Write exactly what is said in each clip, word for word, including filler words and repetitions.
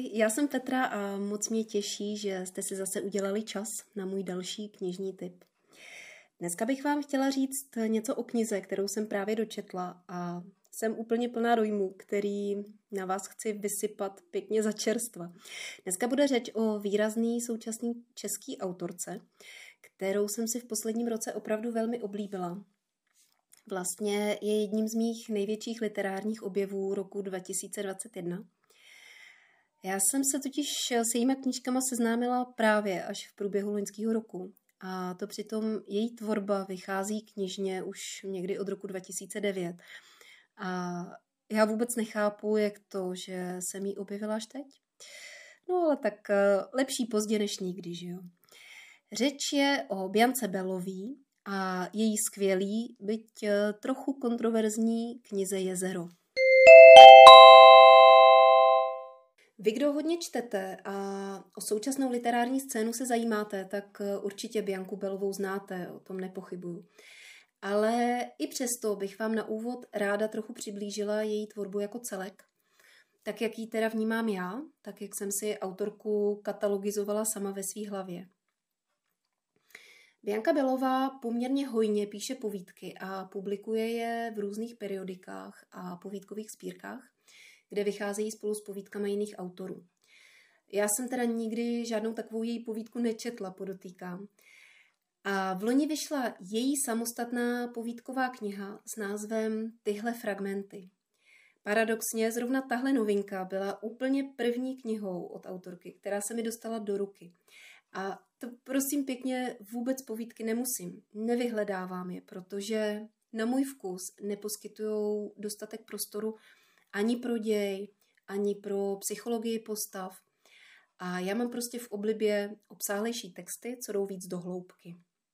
Ahoj, já jsem Petra a moc mě těší, že jste si zase udělali čas na můj další knižní tip. Dneska bych vám chtěla říct něco o knize, kterou jsem právě dočetla a jsem úplně plná dojmů, který na vás chci vysypat pěkně za čerstva. Dneska bude řeč o výrazný současný český autorce, kterou jsem si v posledním roce opravdu velmi oblíbila. Vlastně je jedním z mých největších literárních objevů roku dva tisíce dvacet jedna. Já jsem se totiž s jejíma knížkama seznámila právě až v průběhu loňského roku. A to přitom její tvorba vychází knižně už někdy od roku dva tisíce devět. A já vůbec nechápu, jak to, že jsem ji objevila až teď. No ale tak lepší pozdě než nikdy, že jo. Řeč je o Biance Belové a její skvělý, byť trochu kontroverzní knize Jezero. Vy, kdo hodně čtete a o současnou literární scénu se zajímáte, tak určitě Bianku Belovou znáte, o tom nepochybuju. Ale i přesto bych vám na úvod ráda trochu přiblížila její tvorbu jako celek. Tak, jak ji teda vnímám já, tak jak jsem si autorku katalogizovala sama ve své hlavě. Bianka Belová poměrně hojně píše povídky a publikuje je v různých periodikách a povídkových sbírkách, kde vycházejí spolu s povídkami jiných autorů. Já jsem teda nikdy žádnou takovou její povídku nečetla, podotýkám. A v loni vyšla její samostatná povídková kniha s názvem Tyhle fragmenty. Paradoxně zrovna tahle novinka byla úplně první knihou od autorky, která se mi dostala do ruky. A to prosím pěkně vůbec povídky nemusím, nevyhledávám je, protože na můj vkus neposkytují dostatek prostoru ani pro děj, ani pro psychologii postav. A já mám prostě v oblibě obsáhlejší texty, co jdou víc do hloubky.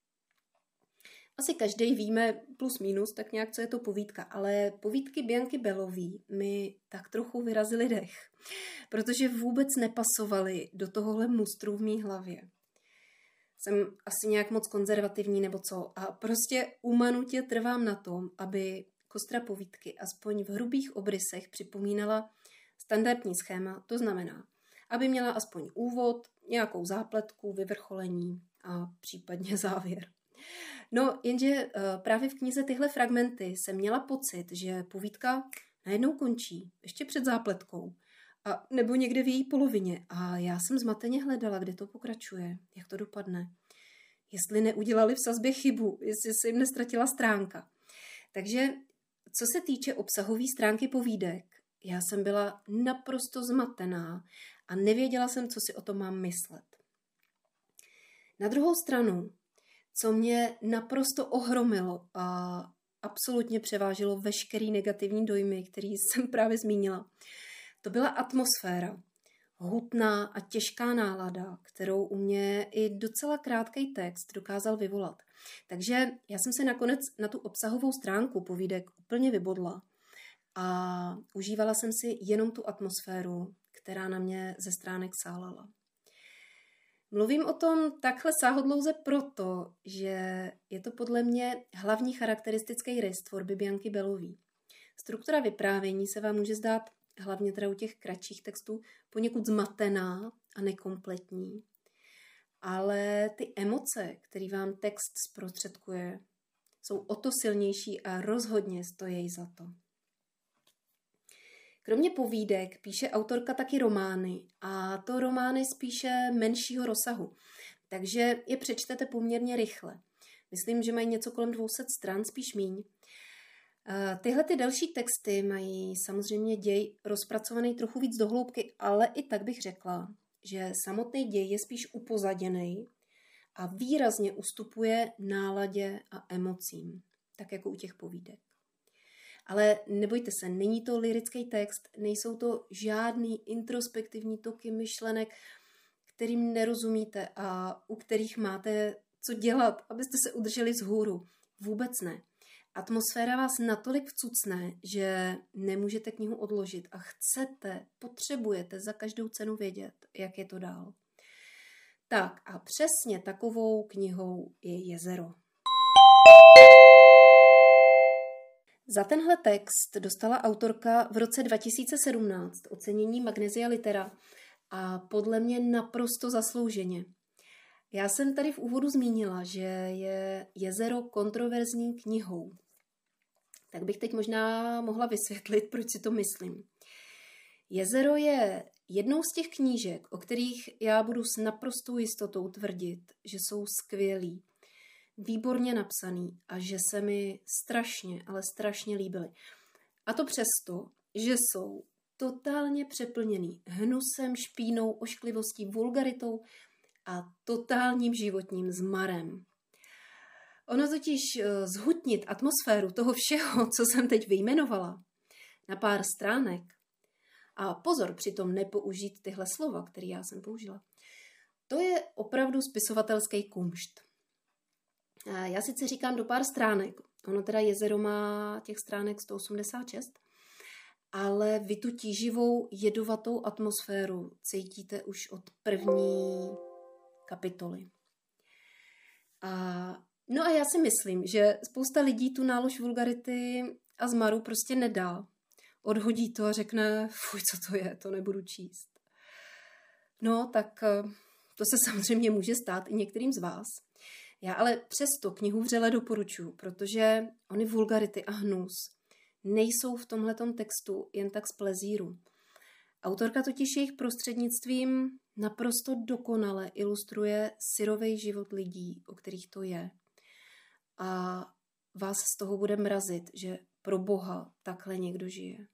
Asi každý víme plus minus, tak nějak, co je to povídka, ale povídky Bianky Belový mi tak trochu vyrazily dech, protože vůbec nepasovaly do tohohle mustru v mý hlavě. Jsem asi nějak moc konzervativní nebo co a prostě umanutě trvám na tom, aby kostra povídky aspoň v hrubých obrysech připomínala standardní schéma, to znamená, aby měla aspoň úvod, nějakou zápletku, vyvrcholení a případně závěr. No, jenže právě v knize Tyhle fragmenty jsem měla pocit, že povídka najednou končí, ještě před zápletkou, a nebo někde v její polovině. A já jsem zmateně hledala, kde to pokračuje, jak to dopadne. Jestli neudělali v sazbě chybu, jestli se jim nestratila stránka. Takže co se týče obsahové stránky povídek, já jsem byla naprosto zmatená a nevěděla jsem, co si o tom mám myslet. Na druhou stranu, co mě naprosto ohromilo a absolutně převážilo veškerý negativní dojmy, který jsem právě zmínila, to byla atmosféra, hutná a těžká nálada, kterou u mě i docela krátký text dokázal vyvolat. Takže já jsem se nakonec na tu obsahovou stránku povídek úplně vybodla a užívala jsem si jenom tu atmosféru, která na mě ze stránek sálala. Mluvím o tom takhle sáhodlouze proto, že je to podle mě hlavní charakteristický rys tvorby Bianky Belový. Struktura vyprávění se vám může zdát, hlavně teda u těch kratších textů, poněkud zmatená a nekompletní. Ale ty emoce, které vám text zprostředkuje, jsou o to silnější a rozhodně stojí za to. Kromě povídek píše autorka taky romány, a to romány spíše menšího rozsahu, takže je přečtete poměrně rychle. Myslím, že mají něco kolem dvě stě stran, spíš míň. Tyhle ty další texty mají samozřejmě děj rozpracovaný trochu víc do hloubky, ale i tak bych řekla, že samotný děj je spíš upozaděný a výrazně ustupuje náladě a emocím, tak jako u těch povídek. Ale nebojte se, není to lyrický text, nejsou to žádný introspektivní toky myšlenek, kterým nerozumíte a u kterých máte co dělat, abyste se udrželi vzhůru. Vůbec ne. Atmosféra vás natolik vcucne, že nemůžete knihu odložit a chcete, potřebujete za každou cenu vědět, jak je to dál. Tak a přesně takovou knihou je Jezero. Za tenhle text dostala autorka v roce dva tisíce sedmnáct ocenění Magnesia Litera a podle mě naprosto zaslouženě. Já jsem tady v úvodu zmínila, že je jezero kontroverzní knihou. Tak bych teď možná mohla vysvětlit, proč si to myslím. Jezero je jednou z těch knížek, o kterých já budu s naprostou jistotou tvrdit, že jsou skvělý, výborně napsaný a že se mi strašně, ale strašně líbily. A to přesto, že jsou totálně přeplněný hnusem, špínou, ošklivostí, vulgaritou a totálním životním zmarem. Ono totiž zhutnit atmosféru toho všeho, co jsem teď vyjmenovala, na pár stránek, a pozor, přitom nepoužít tyhle slova, které já jsem použila, to je opravdu spisovatelský kumšt. Já sice říkám do pár stránek, ono teda jezero má těch stránek sto osmdesát šest, ale vy tu tíživou jedovatou atmosféru cítíte už od první kapitoly. A, no a já si myslím, že spousta lidí tu nálož vulgarity a zmaru prostě nedá. Odhodí to a řekne, fuj, co to je, to nebudu číst. No, tak to se samozřejmě může stát i některým z vás. Já ale přesto knihu vřele doporučuji, protože ony vulgarity a hnus nejsou v tomhletom textu jen tak z plezíru. Autorka totiž jejich prostřednictvím naprosto dokonale ilustruje syrovej život lidí, o kterých to je. A vás z toho bude mrazit, že pro Boha takhle někdo žije.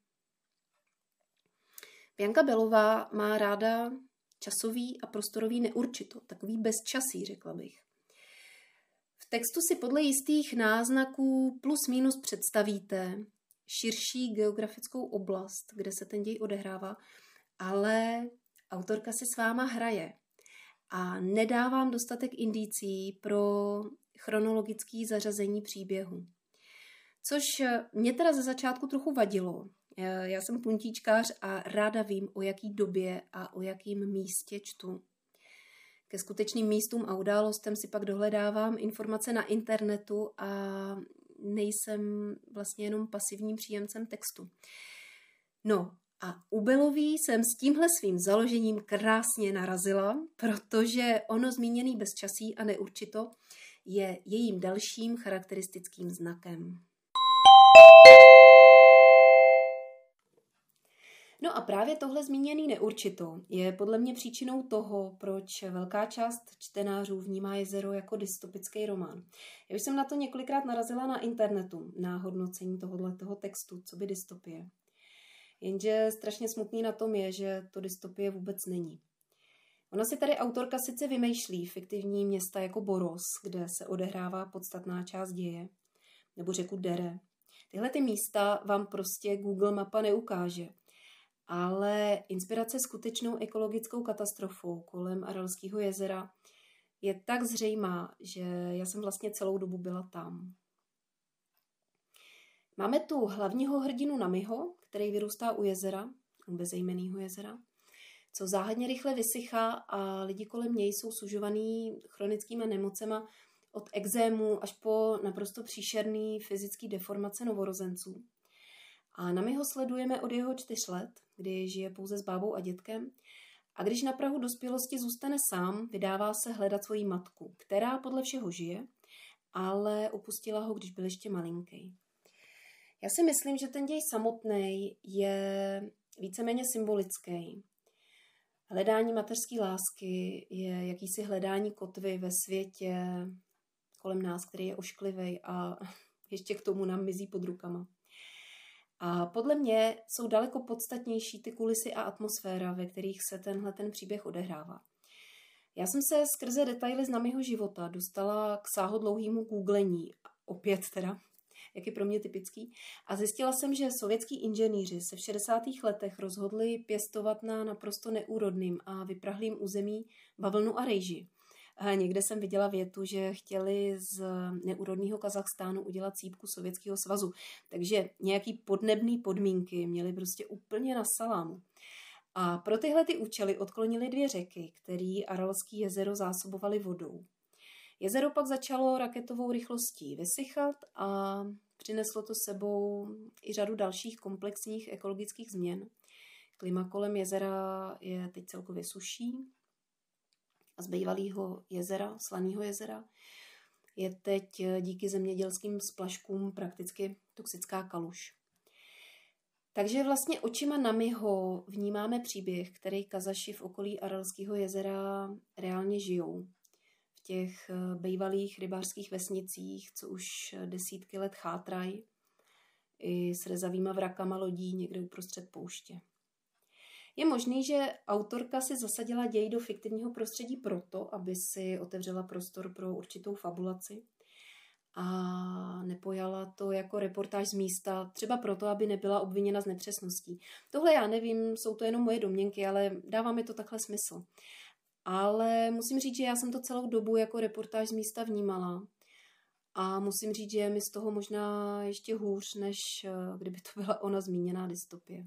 Bianca Belová má ráda časový a prostorový neurčito, takový bezčasí, řekla bych. V textu si podle jistých náznaků plus minus představíte širší geografickou oblast, kde se ten děj odehrává, ale autorka si s váma hraje a nedá vám dostatek indicí pro chronologické zařazení příběhu. Což mě teda ze začátku trochu vadilo. Já jsem puntíčkář a ráda vím, o jaký době a o jakým místě čtu. Ke skutečným místům a událostem si pak dohledávám informace na internetu a nejsem vlastně jenom pasivním příjemcem textu. No a u Belový jsem s tímhle svým založením krásně narazila, protože ono zmíněný bezčasí a neurčito je jejím dalším charakteristickým znakem. No a právě tohle zmíněný neurčito je podle mě příčinou toho, proč velká část čtenářů vnímá jezero jako dystopický román. Já už jsem na to několikrát narazila na internetu, na hodnocení tohoto textu, co by dystopie. Jenže strašně smutný na tom je, že to dystopie vůbec není. Ona si tady autorka sice vymýšlí fiktivní města jako Boros, kde se odehrává podstatná část děje, nebo řeku Dere. Tyhle ty místa vám prostě Google mapa neukáže. Ale inspirace skutečnou ekologickou katastrofou kolem Aralského jezera je tak zřejmá, že já jsem vlastně celou dobu byla tam. Máme tu hlavního hrdinu Namiho, který vyrůstá u jezera, u bezejmenného jezera, co záhadně rychle vysychá a lidi kolem něj jsou sužovaný chronickýma nemocema od ekzému až po naprosto příšerný fyzický deformace novorozenců. A Nami ho sledujeme od jeho čtyř let, kdy žije pouze s bábou a dětkem. A když na prahu dospělosti zůstane sám, vydává se hledat svoji matku, která podle všeho žije, ale opustila ho, když byl ještě malinký. Já si myslím, že ten děj samotný je víceméně symbolický. Hledání mateřské lásky je jakýsi hledání kotvy ve světě kolem nás, který je ošklivý a ještě k tomu nám mizí pod rukama. A podle mě jsou daleko podstatnější ty kulisy a atmosféra, ve kterých se tenhle ten příběh odehrává. Já jsem se skrze detaily z Namiho života dostala k sáhodlouhému googlení, opět teda, jak je pro mě typický, a zjistila jsem, že sovětský inženýři se v šedesátých letech rozhodli pěstovat na naprosto neúrodným a vyprahlým území bavlnu a rejži. A někde jsem viděla větu, že chtěli z neúrodného Kazachstánu udělat cípku Sovětského svazu. Takže nějaký podnebný podmínky měly prostě úplně na salámu. A pro tyhle ty účely odklonili dvě řeky, které Aralské jezero zásobovaly vodou. Jezero pak začalo raketovou rychlostí vysychat a přineslo to sebou i řadu dalších komplexních ekologických změn, Klima kolem jezera je teď celkově suší a z bývalého jezera, slaného jezera, je teď díky zemědělským splaškům prakticky toxická kaluž. Takže vlastně očima Namiho vnímáme příběh, který Kazaši v okolí Aralského jezera reálně žijou. V těch bývalých rybářských vesnicích, co už desítky let chátrají, i s rezavýma vrakama lodí někde uprostřed pouště. Je možný, že autorka si zasadila děj do fiktivního prostředí proto, aby si otevřela prostor pro určitou fabulaci a nepojala to jako reportáž z místa, třeba proto, aby nebyla obviněna z nepřesností. Tohle já nevím, jsou to jenom moje domněnky, ale dává mi to takhle smysl. Ale musím říct, že já jsem to celou dobu jako reportáž z místa vnímala a musím říct, že je mi z toho možná ještě hůř, než kdyby to byla ona zmíněná dystopie.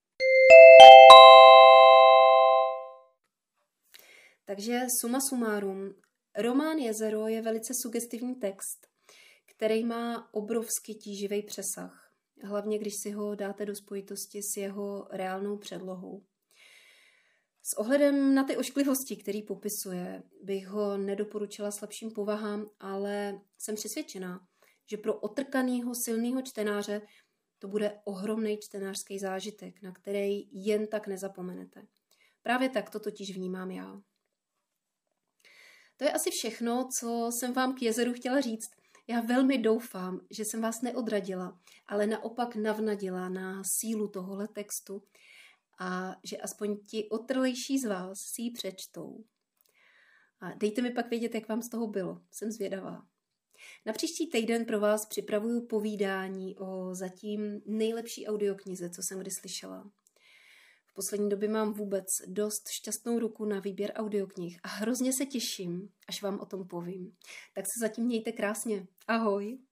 Takže suma sumárum, román Jezero je velice sugestivní text, který má obrovsky tíživý přesah, hlavně když si ho dáte do spojitosti s jeho reálnou předlohou. S ohledem na ty ošklivosti, který popisuje, bych ho nedoporučila slabším povahám, ale jsem přesvědčená, že pro otrkanýho silného čtenáře to bude ohromný čtenářský zážitek, na který jen tak nezapomenete. Právě tak to totiž vnímám já. To je asi všechno, co jsem vám k jezeru chtěla říct. Já velmi doufám, že jsem vás neodradila, ale naopak navnadila na sílu tohohle textu a že aspoň ti otrlejší z vás si ji přečtou. A dejte mi pak vědět, jak vám z toho bylo. Jsem zvědavá. Na příští týden pro vás připravuju povídání o zatím nejlepší audioknize, co jsem kdy slyšela. V poslední době mám vůbec dost šťastnou ruku na výběr audioknih a hrozně se těším, až vám o tom povím. Tak se zatím mějte krásně. Ahoj!